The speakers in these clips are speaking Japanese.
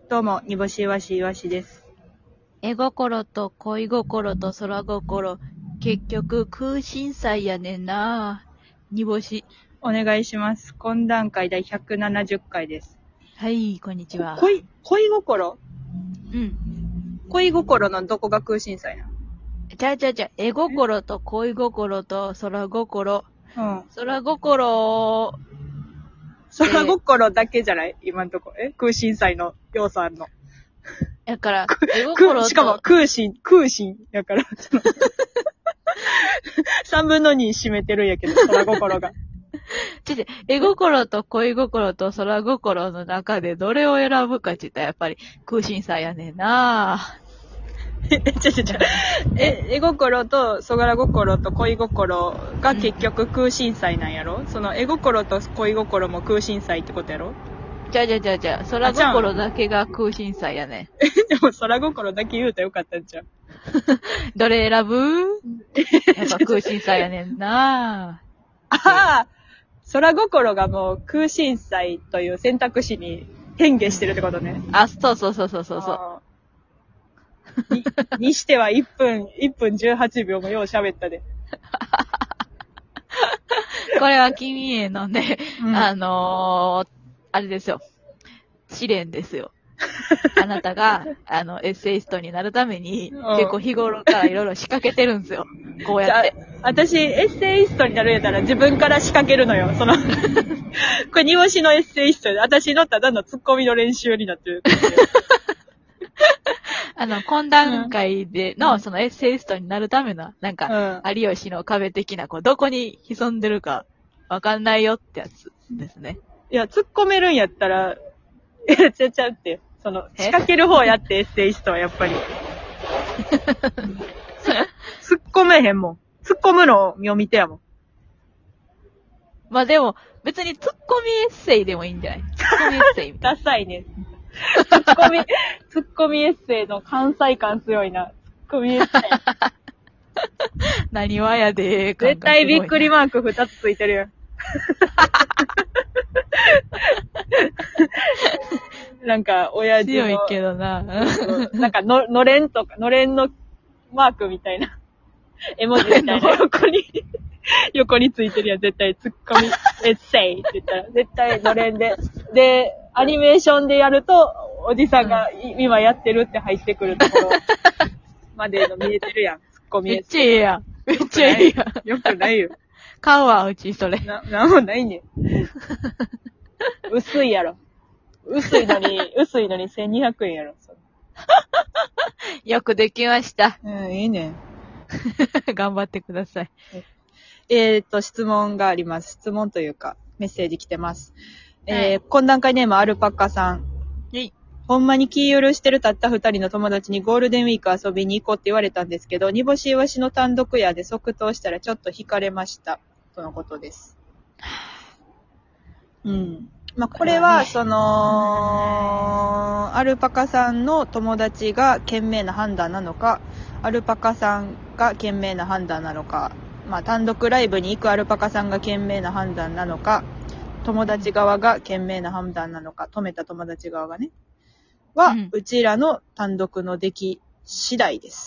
どうも、煮干しいわしいわしです。 絵心と恋心と空心、結局空心菜やねんな。煮干し。 お願いします。懇談会第170回です。 はい、こんにちは。 恋心うん。 恋心のどこが空心菜なじゃ、絵心と恋心と空心。 の？ 空心、 空心だけじゃない今んとこ。空心菜の要素あるの。 やから、絵心と、 しかも空心やから、3分の2占めてるんやけど、空心が。 絵心と恋心と空心の中でどれを選ぶかって言ったらやっぱり空心菜やねんな。 絵心と空心と恋心が結局空心菜なんやろ？その絵心と恋心も空心菜ってことやろ？ じゃ、空心だけが空心菜やねん。 でも空心だけ言うとよかったんちゃう？ どれ選ぶ？やっぱ空心菜やねんな。 ああ、空心がもう空心菜という選択肢に変化してるってことね。 あ、そう。 にしては1分18秒もよう喋ったで。 これは君へのね、 うん、 あれですよ。試練ですよ。あなたが、エッセイストになるために、結構日頃からいろいろ仕掛けてるんですよ。こうやって。 私、エッセイストになるんやったら自分から仕掛けるのよ。これ、煮干しのエッセイストで、私のただのツッコミの練習になってる。 懇談会での、そのエッセイストになるための、なんか、有吉の壁的な、どこに潜んでるか、わかんないよってやつですね。 いや、突っ込めるんやったら、ちゃうって。仕掛ける方やって、エッセイストはやっぱり。突っ込めへんもん。突っ込むの読み手やもん。 まあでも、別にツッコミエッセイでもいいんじゃない？ツッコミエッセイみたいな。 ダサいね。ツッコミエッセイの関西感強いな。ツッコミエッセイ。 何はやでー、 絶対びっくりマーク2つついてるよ。なんか、親父の。 強いけどな。 なんかのれんのマークみたいな。絵文字みたいな横についてるやん、絶対ツッコミエッセイって言ったら、絶対のれんで。で、アニメーションでやると、おじさんが今やってるって入ってくるところまでの見えてるやん、ツッコミエッセイ。 めっちゃいいやん。めっちゃいいやん。 よくないよ。 買うわ、うち、それ。 なんもないねん。薄いやろ。薄いのに1200円やろ。 よくできました。 いいねん。 頑張ってください。 質問があります。質問というか、メッセージ来てます。懇談会ネームアルパカさん。ほんまに気許してるたった二人の友達にゴールデンウィーク遊びに行こうって言われたんですけど、煮干しイワシの単独屋で即答したらちょっと惹かれました。とのことです。うん。まあ、これは、アルパカさんの友達が賢明な判断なのか、アルパカさんが賢明な判断なのか、まあ、単独ライブに行くアルパカさんが賢明な判断なのか、友達側が賢明な判断なのか、止めた友達側がね、うちらの単独の出来次第です。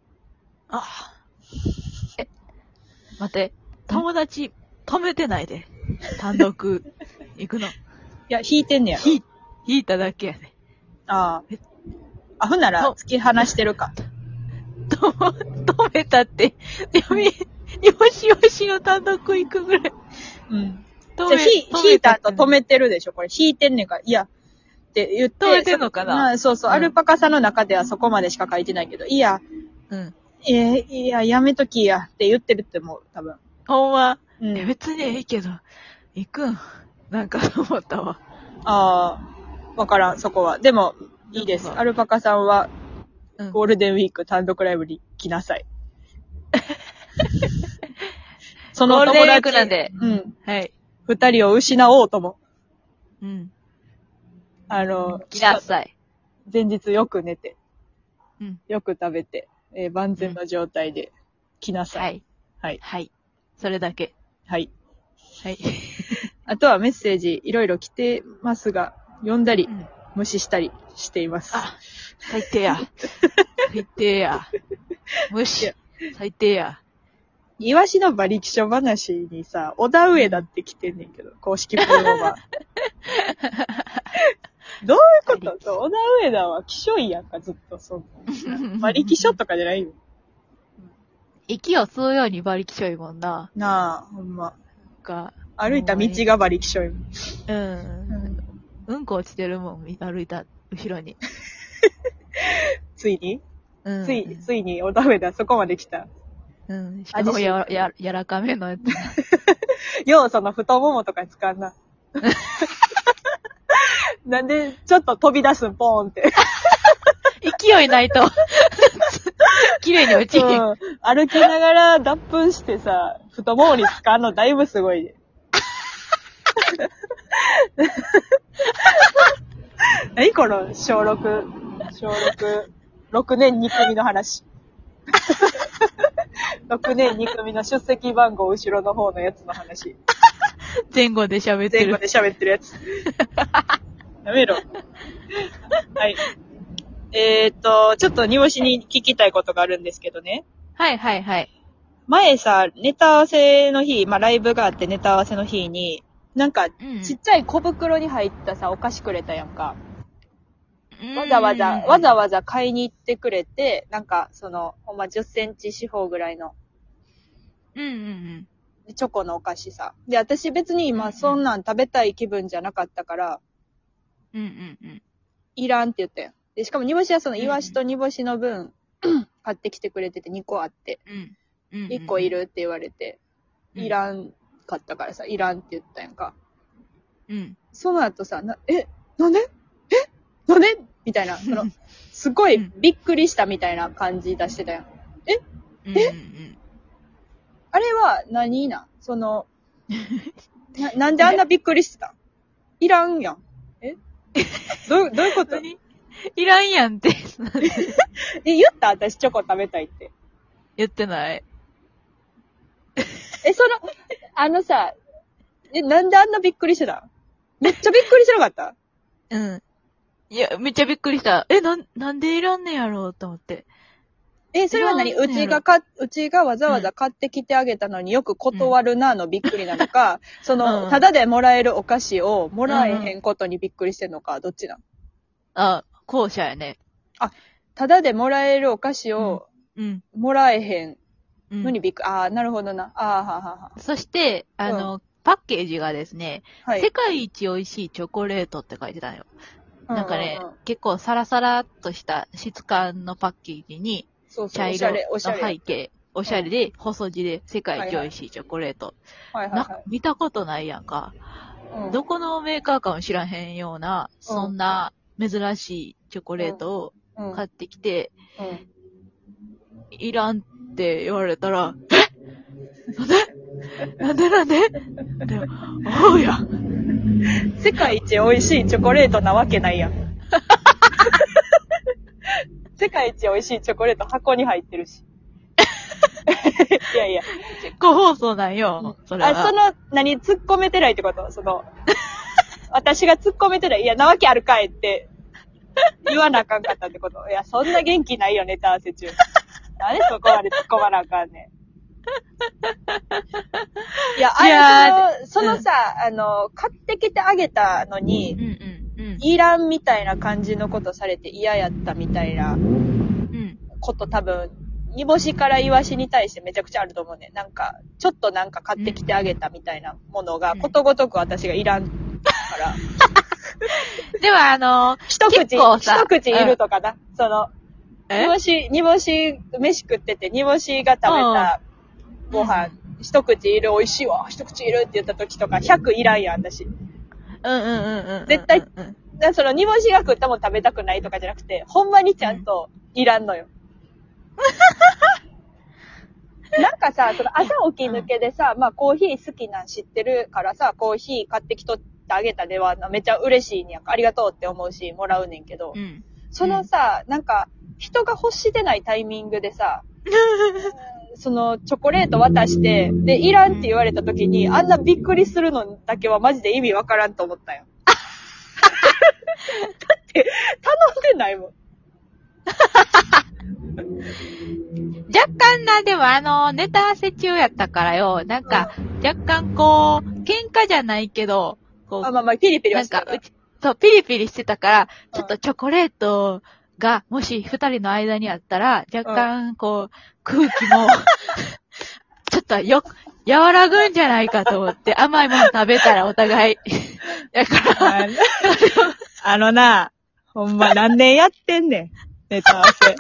待って、友達止めてないで。単独行くの。いや、引いてんねやろ。 引いただけやね。 ほんなら突き放してるか。 止めたって、よしの単独行くぐらい。 うん。引いた後止めてるでしょ、これ。引いてんねんから。いや、って言って。 止めてんのかな？ そう、アルパカさんの中ではそこまでしか書いてないけど、いや、やめときやって言ってるって思う、多分。 ほんま。別にいいけど、行くん。なんか思ったわ。 わからん、そこは。でも、いいです。アルパカさんは、ゴールデンウィーク単独ライブに来なさい。その友達。ゴールデンウィークなんで。はい。二人を失おうとも。 来なさい。 前日よく寝て。よく食べて。万全の状態で来なさい。 はい。それだけ。 はい。あとはメッセージいろいろ来てますが、読んだり無視したりしています。 あ、最低や。最低や。無視。最低や。 イワシの馬力書話にさ、小田上田って来てんねんけど、公式フォロワー。どういうことそう、小田上田は気象いやんか、ずっと。馬力書とかじゃないよ。 息を吸うように馬力しょいもんな。 なあ、ほんま。 が。 歩いた道が馬力書いもん。 うんこ落ちてるもん、歩いた後ろに。 ついにうん。 ついに小田上田そこまで来た。 うん。しかもやらかめのやつ。 ようその太ももとか使うな。なんで、ちょっと飛び出すん、ポーンって。 勢いないと。綺麗に落ちる。 歩きながら脱粉してさ、太ももに使うのだいぶすごい。何この小6、6年2組の話。6年2組の出席番号後ろの方のやつの話。 前後で喋ってるやつ。やめろ。はい。ちょっと煮干しに聞きたいことがあるんですけどね。 はいはいはい。 前さ、ネタ合わせの日、まあ、ライブがあってネタ合わせの日に、なんか、ちっちゃい小袋に入ったさ、お菓子くれたやんか。わざわざ買いに行ってくれて、なんか、ほんま10センチ四方ぐらいの。チョコのお菓子さ。で、私別に今そんなん食べたい気分じゃなかったから、いらんって言ったよ。で、しかも煮干しはそのイワシと煮干しの分、買ってきてくれてて2個あって、1個いるって言われて、いらんかったからさ、いらんって言ったやんか。その後さ、なんでみたいな、すごいびっくりしたみたいな感じ出してたやん。あれは何なんであんなびっくりしてたん？いらんやん。どういうこと？ いらんやんって。 言った？私チョコ食べたいって。 言ってない。 さ、なんであんなびっくりしてたん？めっちゃびっくりしてなかった？ いや、めっちゃびっくりした。なんでいらんねやろうと思って。 それは何？うちがわざわざ買ってきてあげたのによく断るなのびっくりなのか、ただでもらえるお菓子をもらえへんことにびっくりしてんのか、どっちなん？ 後者やね。 ただでもらえるお菓子を、もらえへんのにびっくり。なるほどな。 そして、パッケージがですね、世界一美味しいチョコレートって書いてたのよ。なんかね、結構サラサラっとした質感のパッケージに、茶色の背景、おしゃれで、細字で世界一美味しいチョコレート。見たことないやんか。どこのメーカーかも知らへんような、そんな珍しいチョコレートを買ってきて、いらんって言われたら、なんでで、おうや。 世界一美味しいチョコレートなわけないやん。世界一美味しいチョコレート箱に入ってるし。いやいや。 個放送なんよ。それは。 突っ込めてないってこと私が突っ込めてない。いや、なわけあるかいって言わなあかんかったってこと。いや、そんな元気ないよ、ネタ合わせ中。なんでそこまで突っ込まなあかんねん。いや、買ってきてあげたのに、いらんみたいな感じのことされて嫌やったみたいなこと多分、煮干しからイワシに対してめちゃくちゃあると思うね。ちょっと買ってきてあげたみたいなものが、ことごとく私がいらんから。 では一口いるとかな。煮干し飯食ってて、煮干しが食べたご飯、一口いる、美味しいわ、一口いるって言った時とか、100いらんやん、私。絶対、煮干しが食ったもん食べたくないとかじゃなくて、ほんまにちゃんといらんのよ。朝起き抜けでさ、まあコーヒー好きなん知ってるからさ、コーヒー買ってきとってあげたでは、めっちゃ嬉しいんやんか。ありがとうって思うし、もらうねんけど。人が欲してないタイミングでさ、チョコレート渡して、で、いらんって言われた時に、あんなびっくりするのだけはマジで意味わからんと思ったよ。だっあでもネタ合わせ中やったからよ、なんか、若干こう、喧嘩じゃないけど、こう、 まあ、ピリピリはしてた。 なんか、そう、ピリピリしてたから、ちょっとチョコレートが、もし二人の間にあったら、若干、こう、空気も、ちょっと和らぐんじゃないかと思って、甘いもの食べたらお互い。だから、 ほんま何年やってんねん。ネタ合わせ。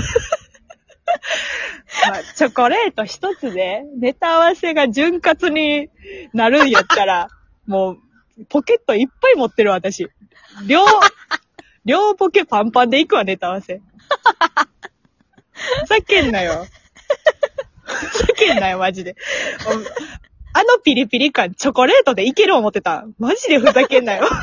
まあ、チョコレート一つで、ネタ合わせが潤滑になるんやったら、もう、ポケットいっぱい持ってる私。両ポケパンパンで行くわ、ネタ合わせ。ふざけんなよ。ふざけんなよ、マジで。ピリピリ感、チョコレートでいける思ってた。マジでふざけんなよ。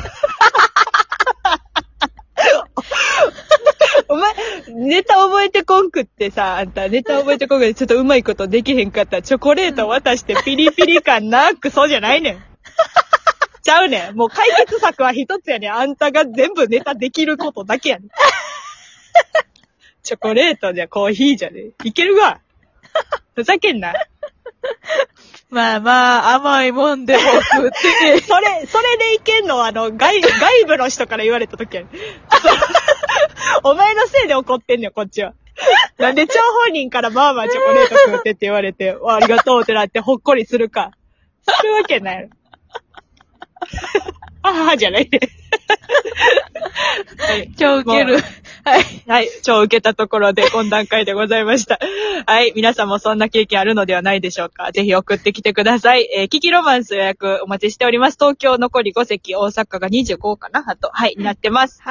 お前、ネタ覚えてこんくってさ、あんたネタ覚えてこんくってちょっとうまいことできへんかったらチョコレート渡してピリピリ感なくそうじゃないねん。ちゃうねん。もう解決策は一つやねん。あんたが全部ネタできることだけやねん。チョコレートじゃコーヒーじゃねいけるわ。ふざけんな。 まあまあ、甘いもんでも食って。 それでいけんのは外部の人から言われた時やねん。お前のせいで怒ってんねん、こっちは。なんで張本人からまあまあチョコレート食ってって言われて、ありがとうってなってほっこりするか。するわけない。ああ、じゃないね。はい。 超ウケる。 はい。はい。超ウケたところで懇談会でございました。はい。皆さんもそんな経験あるのではないでしょうか。ぜひ送ってきてください。キキロマンス予約お待ちしております。東京残り5席、大阪が25かなあと、はい、なってます。